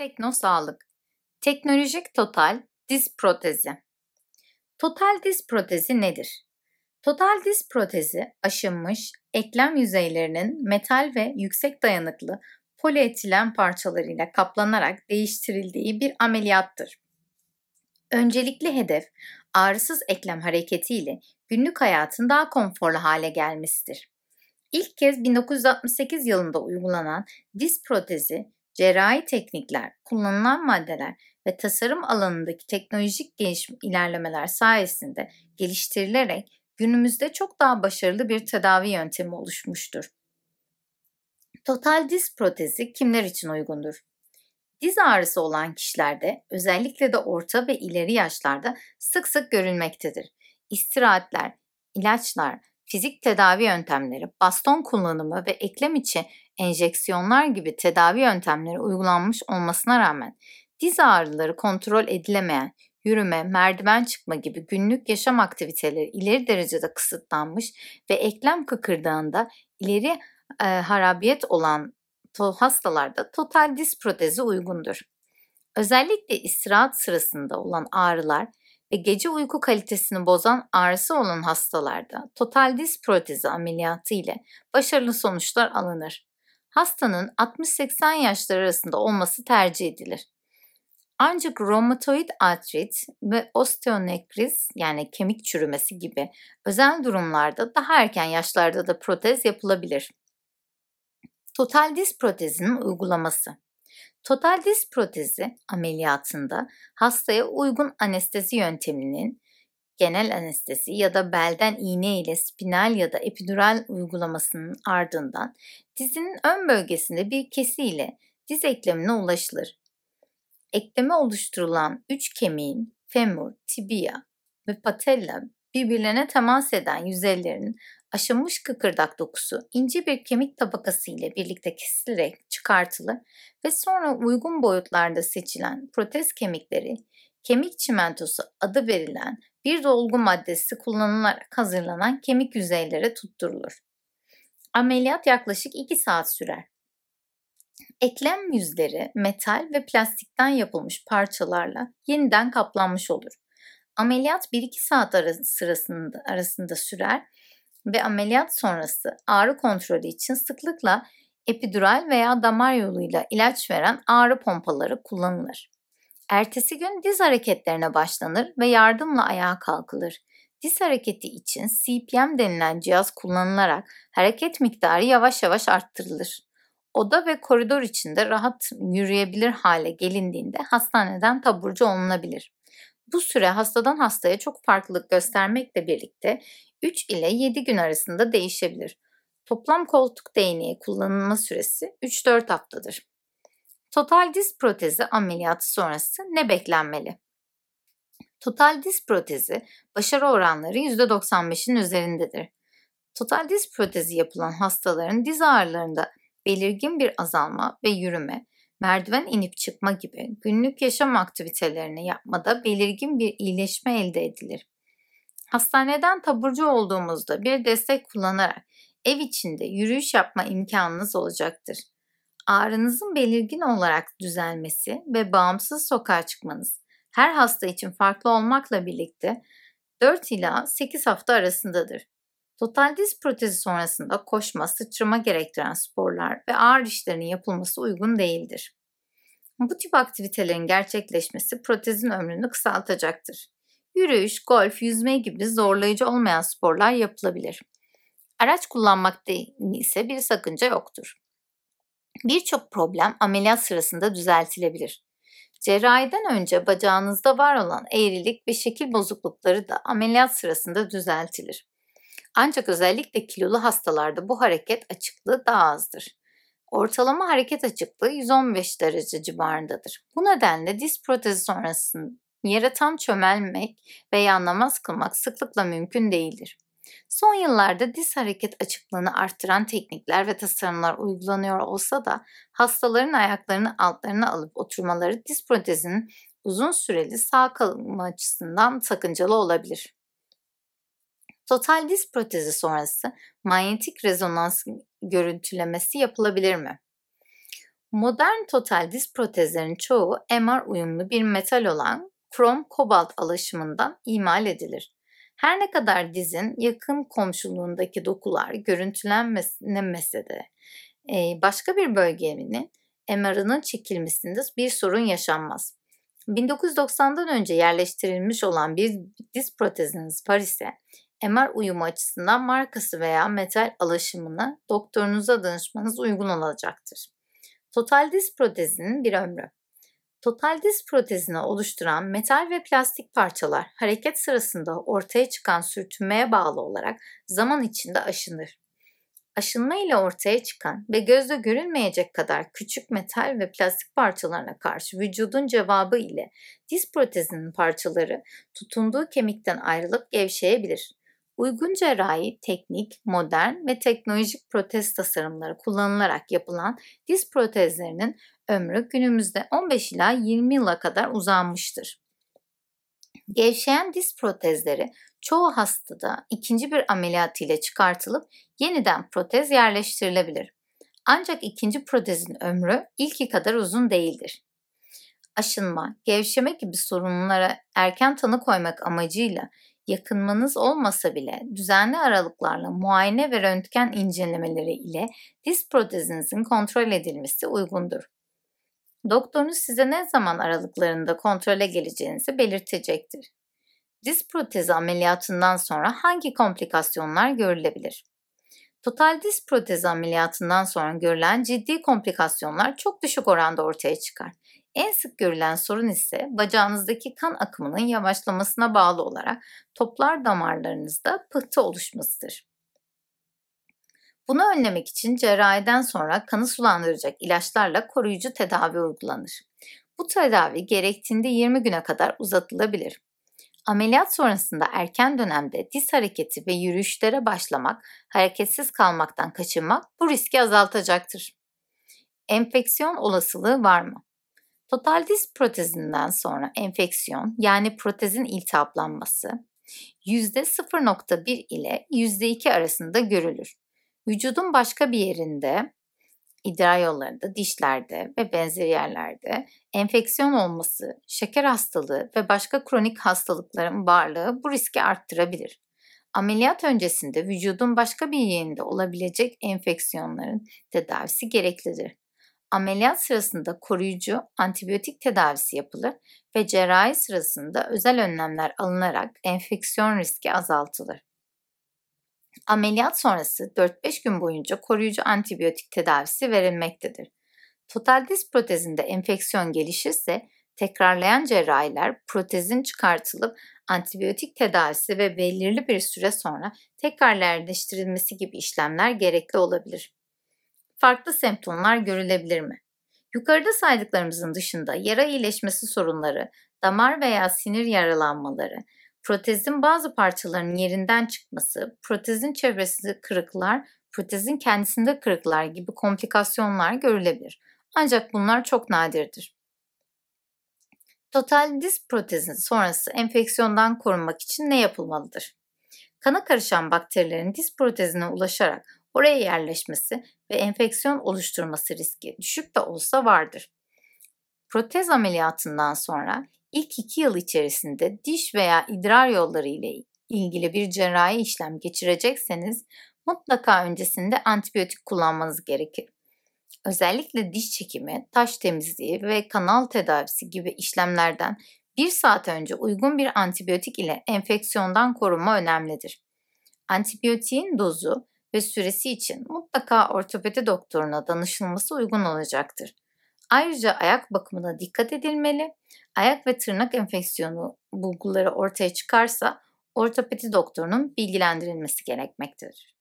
Tekno sağlık. Teknolojik total diz protezi. Total diz protezi nedir? Total diz protezi aşınmış eklem yüzeylerinin metal ve yüksek dayanıklı polietilen parçalarıyla kaplanarak değiştirildiği bir ameliyattır. Öncelikli hedef ağrısız eklem hareketiyle günlük hayatın daha konforlu hale gelmesidir. İlk kez 1968 yılında uygulanan diz protezi, cerrahi teknikler, kullanılan maddeler ve tasarım alanındaki teknolojik ilerlemeler sayesinde geliştirilerek günümüzde çok daha başarılı bir tedavi yöntemi oluşmuştur. Total diz protezi kimler için uygundur? Diz ağrısı olan kişilerde, özellikle de orta ve ileri yaşlarda sık sık görülmektedir. İstirahatler, ilaçlar, fizik tedavi yöntemleri, baston kullanımı ve eklem içi enjeksiyonlar gibi tedavi yöntemleri uygulanmış olmasına rağmen diz ağrıları kontrol edilemeyen, yürüme, merdiven çıkma gibi günlük yaşam aktiviteleri ileri derecede kısıtlanmış ve eklem kıkırdağında ileri harabiyet olan hastalarda total diz protezi uygundur. Özellikle istirahat sırasında olan ağrılar ve gece uyku kalitesini bozan ağrısı olan hastalarda total diz protezi ameliyatı ile başarılı sonuçlar alınır. Hastanın 60-80 yaşları arasında olması tercih edilir. Ancak romatoid artrit ve osteonekriz yani kemik çürümesi gibi özel durumlarda daha erken yaşlarda da protez yapılabilir. Total diz protezinin uygulaması. Total diz protezi ameliyatında hastaya uygun anestezi yönteminin genel anestezi ya da belden iğne ile spinal ya da epidural uygulamasının ardından dizinin ön bölgesinde bir kesi ile diz eklemine ulaşılır. Ekleme oluşturulan üç kemiğin femur, tibia ve patella birbirlerine temas eden yüzeylerinin aşınmış kıkırdak dokusu ince bir kemik tabakası ile birlikte kesilerek çıkartılır ve sonra uygun boyutlarda seçilen protez kemikleri kemik çimentosu adı verilen bir dolgu maddesi kullanılarak hazırlanan kemik yüzeylere tutturulur. Ameliyat yaklaşık 2 saat sürer. Eklem yüzleri metal ve plastikten yapılmış parçalarla yeniden kaplanmış olur. Ameliyat 1-2 saat arasında sürer ve ameliyat sonrası ağrı kontrolü için sıklıkla epidural veya damar yoluyla ilaç veren ağrı pompaları kullanılır. Ertesi gün diz hareketlerine başlanır ve yardımla ayağa kalkılır. Diz hareketi için CPM denilen cihaz kullanılarak hareket miktarı yavaş yavaş arttırılır. Oda ve koridor içinde rahat yürüyebilir hale gelindiğinde hastaneden taburcu olunabilir. Bu süre hastadan hastaya çok farklılık göstermekle birlikte 3 ile 7 gün arasında değişebilir. Toplam koltuk değneği kullanılma süresi 3-4 haftadır. Total diz protezi ameliyatı sonrası ne beklenmeli? Total diz protezi başarı oranları %95'in üzerindedir. Total diz protezi yapılan hastaların diz ağrılarında belirgin bir azalma ve yürüme, merdiven inip çıkma gibi günlük yaşam aktivitelerini yapmada belirgin bir iyileşme elde edilir. Hastaneden taburcu olduğumuzda bir destek kullanarak ev içinde yürüyüş yapma imkanınız olacaktır. Ağrınızın belirgin olarak düzelmesi ve bağımsız sokağa çıkmanız her hasta için farklı olmakla birlikte 4 ila 8 hafta arasındadır. Total diz protezi sonrasında koşma, sıçrama gerektiren sporlar ve ağır işlerin yapılması uygun değildir. Bu tip aktivitelerin gerçekleşmesi protezin ömrünü kısaltacaktır. Yürüyüş, golf, yüzme gibi zorlayıcı olmayan sporlar yapılabilir. Araç kullanmakta ise bir sakınca yoktur. Birçok problem ameliyat sırasında düzeltilebilir. Cerrahiden önce bacağınızda var olan eğrilik ve şekil bozuklukları da ameliyat sırasında düzeltilir. Ancak özellikle kilolu hastalarda bu hareket açıklığı daha azdır. Ortalama hareket açıklığı 115 derece civarındadır. Bu nedenle diz protezi sonrasında yere tam çömelmek veya namaz kılmak sıklıkla mümkün değildir. Son yıllarda diz hareket açıklığını arttıran teknikler ve tasarımlar uygulanıyor olsa da hastaların ayaklarını altlarına alıp oturmaları diz protezinin uzun süreli sağ kalma açısından sakıncalı olabilir. Total diz protezi sonrası manyetik rezonans görüntülemesi yapılabilir mi? Modern total diz protezlerin çoğu MR uyumlu bir metal olan krom kobalt alaşımından imal edilir. Her ne kadar dizin yakın komşuluğundaki dokular görüntülenmese de başka bir bölgenin MR'ının çekilmesinde bir sorun yaşanmaz. 1990'dan önce yerleştirilmiş olan bir diz protezinin Paris'e MR uyumu açısından markası veya metal alaşımını doktorunuza danışmanız uygun olacaktır. Total diz protezinin bir ömrü. Total diz protezini oluşturan metal ve plastik parçalar hareket sırasında ortaya çıkan sürtünmeye bağlı olarak zaman içinde aşınır. Aşınma ile ortaya çıkan ve gözle görülmeyecek kadar küçük metal ve plastik parçalarına karşı vücudun cevabı ile diz protezinin parçaları tutunduğu kemikten ayrılıp gevşeyebilir. Uygun cerrahi, teknik, modern ve teknolojik protez tasarımları kullanılarak yapılan diz protezlerinin ömrü günümüzde 15 ila 20 yıla kadar uzanmıştır. Gevşeyen diz protezleri çoğu hastada ikinci bir ameliyat ile çıkartılıp yeniden protez yerleştirilebilir. Ancak ikinci protezin ömrü ilki kadar uzun değildir. Aşınma, gevşeme gibi sorunlara erken tanı koymak amacıyla yakınmanız olmasa bile düzenli aralıklarla muayene ve röntgen incelemeleri ile diz protezinizin kontrol edilmesi uygundur. Doktorunuz size ne zaman aralıklarında kontrole geleceğinizi belirtecektir. Diz protezi ameliyatından sonra hangi komplikasyonlar görülebilir? Total diz protezi ameliyatından sonra görülen ciddi komplikasyonlar çok düşük oranda ortaya çıkar. En sık görülen sorun ise bacağınızdaki kan akımının yavaşlamasına bağlı olarak toplar damarlarınızda pıhtı oluşmasıdır. Bunu önlemek için cerrahiden sonra kanı sulandıracak ilaçlarla koruyucu tedavi uygulanır. Bu tedavi gerektiğinde 20 güne kadar uzatılabilir. Ameliyat sonrasında erken dönemde diz hareketi ve yürüyüşlere başlamak, hareketsiz kalmaktan kaçınmak bu riski azaltacaktır. Enfeksiyon olasılığı var mı? Total diz protezinden sonra enfeksiyon yani protezin iltihaplanması %0,1 ile %2 arasında görülür. Vücudun başka bir yerinde, idrar yollarında, dişlerde ve benzeri yerlerde enfeksiyon olması, şeker hastalığı ve başka kronik hastalıkların varlığı bu riski arttırabilir. Ameliyat öncesinde vücudun başka bir yerinde olabilecek enfeksiyonların tedavisi gereklidir. Ameliyat sırasında koruyucu antibiyotik tedavisi yapılır ve cerrahi sırasında özel önlemler alınarak enfeksiyon riski azaltılır. Ameliyat sonrası 4-5 gün boyunca koruyucu antibiyotik tedavisi verilmektedir. Total diz protezinde enfeksiyon gelişirse tekrarlayan cerrahiler protezin çıkartılıp antibiyotik tedavisi ve belirli bir süre sonra tekrar yerleştirilmesi gibi işlemler gerekli olabilir. Farklı semptomlar görülebilir mi? Yukarıda saydıklarımızın dışında yara iyileşmesi sorunları, damar veya sinir yaralanmaları, protezin bazı parçalarının yerinden çıkması, protezin çevresinde kırıklar, protezin kendisinde kırıklar gibi komplikasyonlar görülebilir. Ancak bunlar çok nadirdir. Total diz protezi sonrası enfeksiyondan korunmak için ne yapılmalıdır? Kana karışan bakterilerin diz protezine ulaşarak oraya yerleşmesi ve enfeksiyon oluşturması riski düşük de olsa vardır. Protez ameliyatından sonra ilk 2 yıl içerisinde diş veya idrar yolları ile ilgili bir cerrahi işlem geçirecekseniz mutlaka öncesinde antibiyotik kullanmanız gerekir. Özellikle diş çekimi, taş temizliği ve kanal tedavisi gibi işlemlerden 1 saat önce uygun bir antibiyotik ile enfeksiyondan korunma önemlidir. Antibiyotiğin dozu ve süresi için mutlaka ortopedi doktoruna danışılması uygun olacaktır. Ayrıca ayak bakımına dikkat edilmeli. Ayak ve tırnak enfeksiyonu bulguları ortaya çıkarsa ortopedi doktorunun bilgilendirilmesi gerekmektedir.